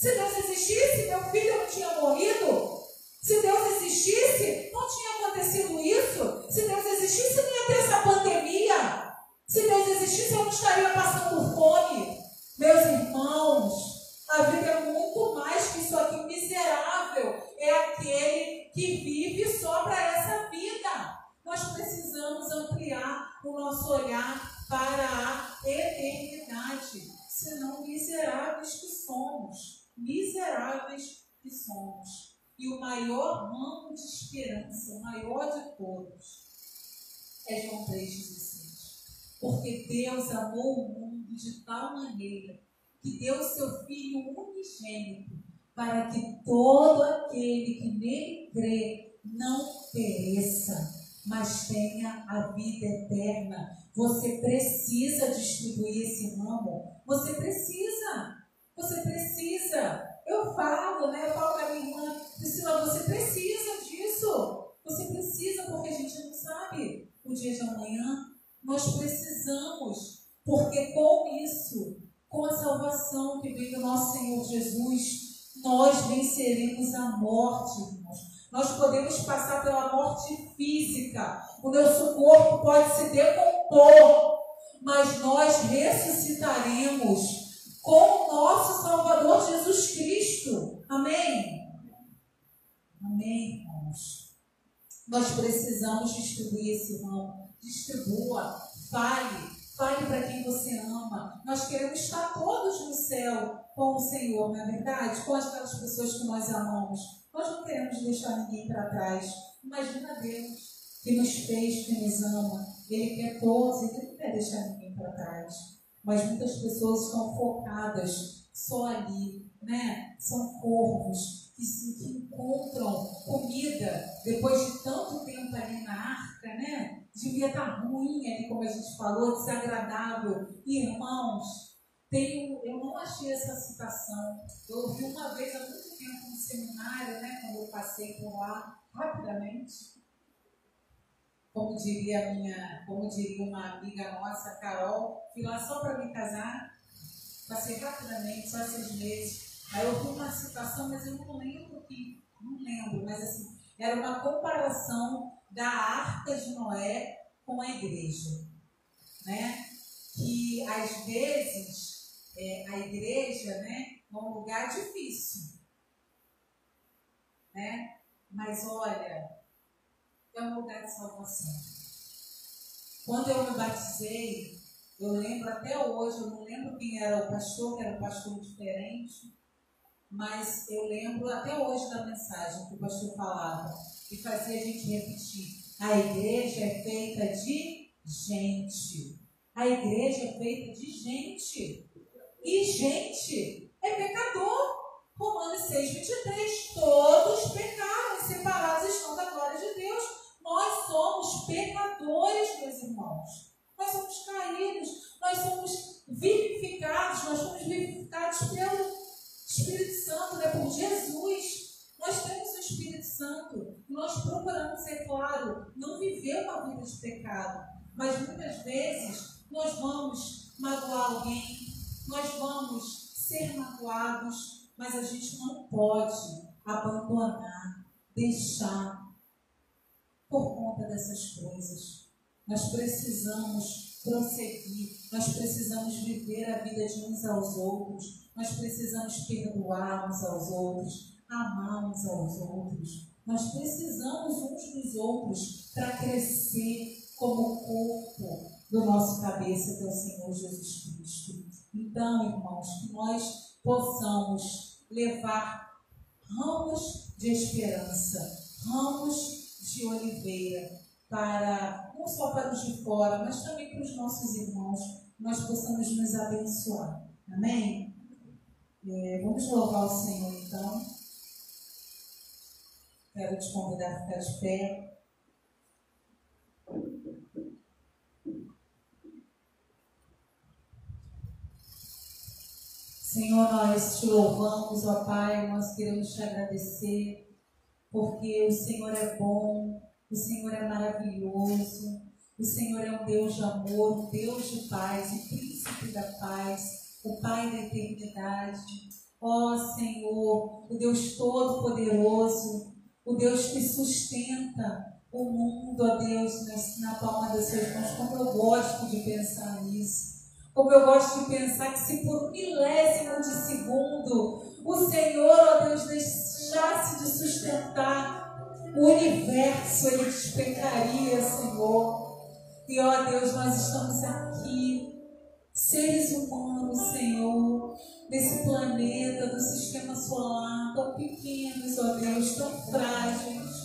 Se Deus existisse, meu filho não tinha morrido. Se Deus existisse, não tinha acontecido isso. Se Deus existisse, não ia ter essa pandemia. Se Deus existisse, eu não estaria passando fome. Meus irmãos, a vida é muito mais que isso aqui. Miserável é aquele que vive só para essa vida. Nós precisamos ampliar o nosso olhar para a eternidade. Senão, miseráveis que somos. Miseráveis que somos. E o maior ramo de esperança, o maior de todos, é João 3,16. Porque Deus amou o mundo de tal maneira que deu seu Filho unigênito para que todo aquele que nele crê não pereça, mas tenha a vida eterna. Você precisa distribuir esse ramo. Você precisa. Eu falo para minha irmã Priscila, você precisa disso. Você precisa, porque a gente não sabe o dia de amanhã. Nós precisamos, porque com isso, com a salvação que vem do nosso Senhor Jesus, nós venceremos a morte, irmãos. Nós podemos passar pela morte física. O nosso corpo pode se decompor, mas nós ressuscitaremos com o nosso Salvador Jesus Cristo. Amém? Amém, irmãos. Nós precisamos distribuir esse ramo. Distribua, fale para quem você ama. Nós queremos estar todos no céu com o Senhor, não é verdade? Com aquelas pessoas que nós amamos. Nós não queremos deixar ninguém para trás. Imagina Deus que nos fez, que nos ama. Ele quer todos, Ele não quer deixar ninguém para trás. Mas muitas pessoas estão focadas só ali, São corvos que encontram comida depois de tanto tempo ali na arca, Devia estar ruim ali, como a gente falou, desagradável. Irmãos, eu não achei essa citação. Eu ouvi uma vez há muito tempo no seminário, quando eu passei por lá, rapidamente. Como diria uma amiga nossa, Carol, fui lá só para me casar, passei rapidamente, só 6 meses. Aí eu ouvi uma citação, mas eu não lembro, mas assim, era uma comparação da arca de Noé com a igreja, Que às vezes a igreja, é um lugar difícil, Mas olha, é um lugar de salvação. Quando eu me batizei, eu lembro até hoje, eu não lembro quem era o pastor, que era um pastor diferente, mas eu lembro até hoje da mensagem que o pastor falava e fazia a gente repetir: a igreja é feita de gente. A igreja é feita de gente. E gente é pecador. Romanos 6,23. Todos pecaram e separados estão da glória de Deus. Nós somos pecadores, meus irmãos. Nós somos caídos. Nós somos vivificados. Nós somos vivificados pelo Espírito Santo, por Jesus. Nós temos o Espírito Santo. Nós procuramos, é claro, não viver uma vida de pecado. Mas muitas vezes nós vamos magoar alguém. Nós vamos ser magoados. Mas a gente não pode abandonar, deixar por conta dessas coisas. Nós precisamos prosseguir, nós precisamos viver a vida de uns aos outros, nós precisamos perdoar uns aos outros, amar uns aos outros. Nós precisamos uns dos outros para crescer como corpo do nosso cabeça, que é o Senhor Jesus Cristo. Então, irmãos, que nós possamos levar ramos de esperança, ramos de oliveira, não só para os de fora, mas também para os nossos irmãos, nós possamos nos abençoar. Amém? Vamos louvar o Senhor, então. Quero te convidar a ficar de pé. Senhor, nós te louvamos, ó Pai, nós queremos te agradecer, porque o Senhor é bom, o Senhor é maravilhoso, o Senhor é um Deus de amor, um Deus de paz, o príncipe da paz, o Pai da eternidade. Ó Senhor, o Deus Todo-Poderoso, o Deus que sustenta o mundo, ó Deus, na palma das suas mãos. Como eu gosto de pensar nisso. Como eu gosto de pensar que se por um milésimo de segundo o Senhor, ó Deus, deixasse de sustentar o universo, Ele despencaria, Senhor. E ó Deus, nós estamos aqui, seres humanos, Senhor, desse planeta, do sistema solar, tão pequenos, ó Deus, tão frágeis.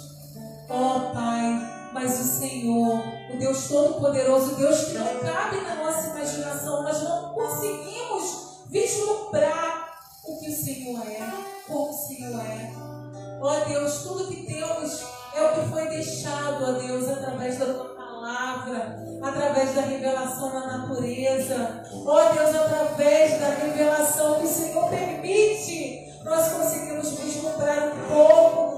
Ó Pai, mas o Senhor, o Deus Todo-Poderoso, o Deus que não cabe na nossa imaginação, nós não conseguimos vislumbrar o que o Senhor é, como o Senhor é. Ó Deus, tudo que temos é o que foi deixado, ó Deus, através da Tua Palavra, através da revelação da natureza, ó Deus, através da revelação que o Senhor permite, nós conseguimos vislumbrar um pouco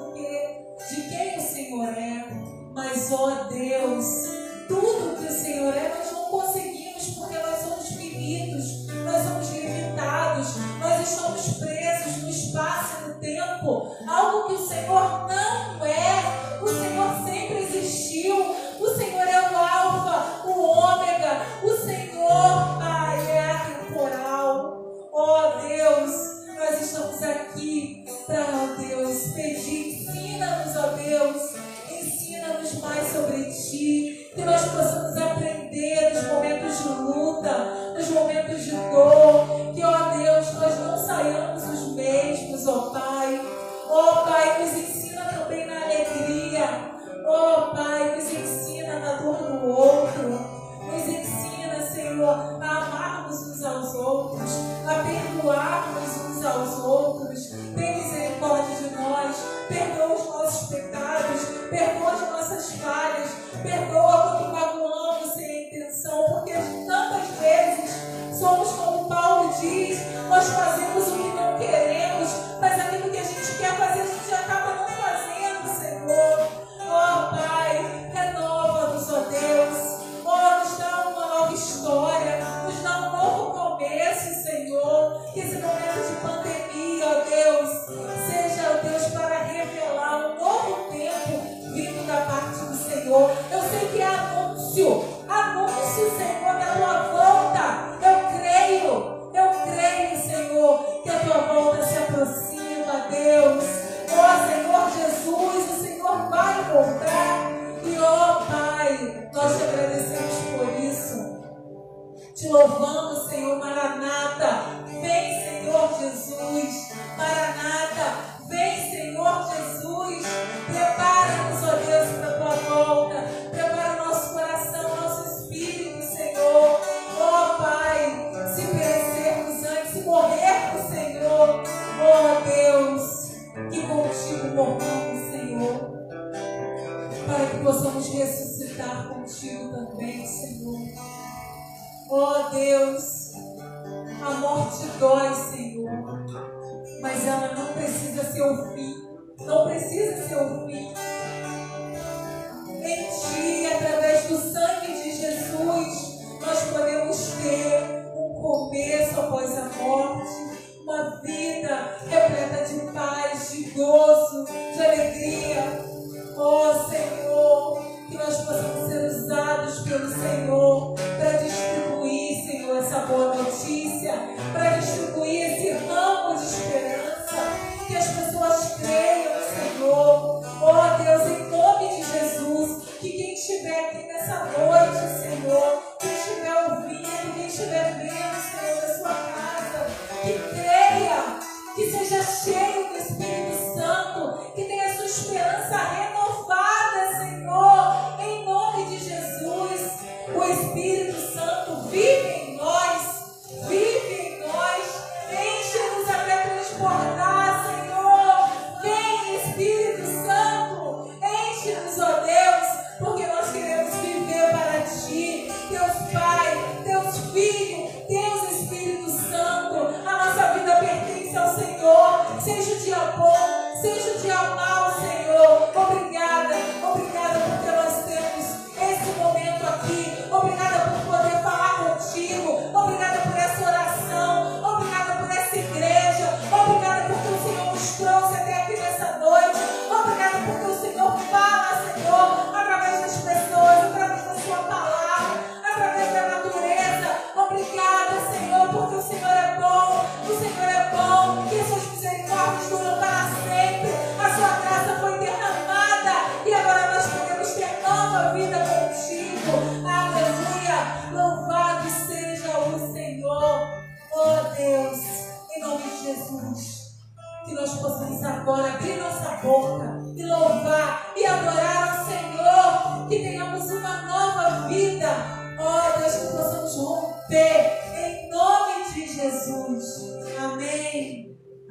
de quem o Senhor é. Mas, ó Deus, tudo que o Senhor é, nós não conseguimos, porque nós somos finitos, nós somos limitados, nós estamos presos no espaço e no tempo, algo que o Senhor não é. O Senhor sempre existiu, o Senhor é o Alfa, o Ômega, o Senhor, Pai, é atemporal. Ó Deus, nós estamos aqui para, ó Deus, pedir, ensina-nos, ó Deus, ensina-nos mais sobre Ti, que nós possamos aprender nos momentos de luta, nos momentos de dor, que, ó Deus, nós não saiamos os mesmos, ó Pai. Ó Pai, nos ensina também na alegria. Ó Pai, nos ensina na dor do outro. Nos ensina, Senhor, a amarmos uns aos outros, a perdoarmos uns aos outros. Tem misericórdia de nós, perdoa os nossos pecados, perdoa as nossas falhas, perdoa quando magoamos sem intenção, porque tantas vezes somos como Paulo diz, nós fazemos o que não queremos, mas aquilo que a gente quer fazer a gente acaba não fazendo, Senhor. Ó Pai, renova-nos, ó Deus. Ó, nos dá uma nova história, nos dá um novo começo, Senhor. Que esse momento de pandemia, ó Deus, seja, ó Deus, para revelar um novo tempo vindo da parte do Senhor. Eu sei que é anúncio, Senhor, da Tua volta. Eu creio, Senhor, que a Tua volta se aproxima, Deus. Ó Senhor Jesus, o Senhor vai voltar. E ó Pai, nós te agradecemos por isso. Te louvamos, Senhor. Maranata, vem, Senhor Jesus. Maranata, vem, Senhor Jesus. Prepara-nos, ó Deus, para a Tua volta. Prepara o nosso coração, nosso espírito, Senhor. Ó Pai, se perecermos antes, se morrermos, Senhor. Ó Deus, que contigo morramos, Senhor, para que possamos ressuscitar contigo também, Senhor. Ó Deus, a morte dói, Senhor, mas ela não precisa ser o fim. Não precisa ser o fim. Em Ti, através do sangue de Jesus, nós podemos ter um começo após a morte, uma vida repleta de paz, de gozo, de alegria. Ó Senhor, que nós possamos ser usados pelo Senhor para distribuir, Senhor, essa boa notícia, para distribuir esse ramo de esperança, que as pessoas creiam, Senhor. Ó Deus, em nome de Jesus, que quem estiver aqui nessa noite, Senhor, quem estiver ouvindo, quem estiver vendo, Senhor, da sua casa, que creia, que seja cheio do Espírito Santo, que tenha a sua esperança renovada, Senhor, em nome de Jesus. O Espírito Santo vive em nós, enche-nos até transbordar, Senhor. Vem, Espírito Santo, enche-nos, ó Deus, porque nós queremos viver para Ti, Deus Pai, Deus Filho, Deus Espírito Santo. A nossa vida pertence ao Senhor, seja o dia bom, seja o dia mau, Senhor. Obrigada porque nós temos esse momento aqui. Obrigada por poder falar contigo. Obrigada por essa oração. Obrigada por essa igreja. vida contigo. Aleluia. Louvado seja o Senhor. Oh Deus, em nome de Jesus, que nós possamos agora abrir nossa boca e louvar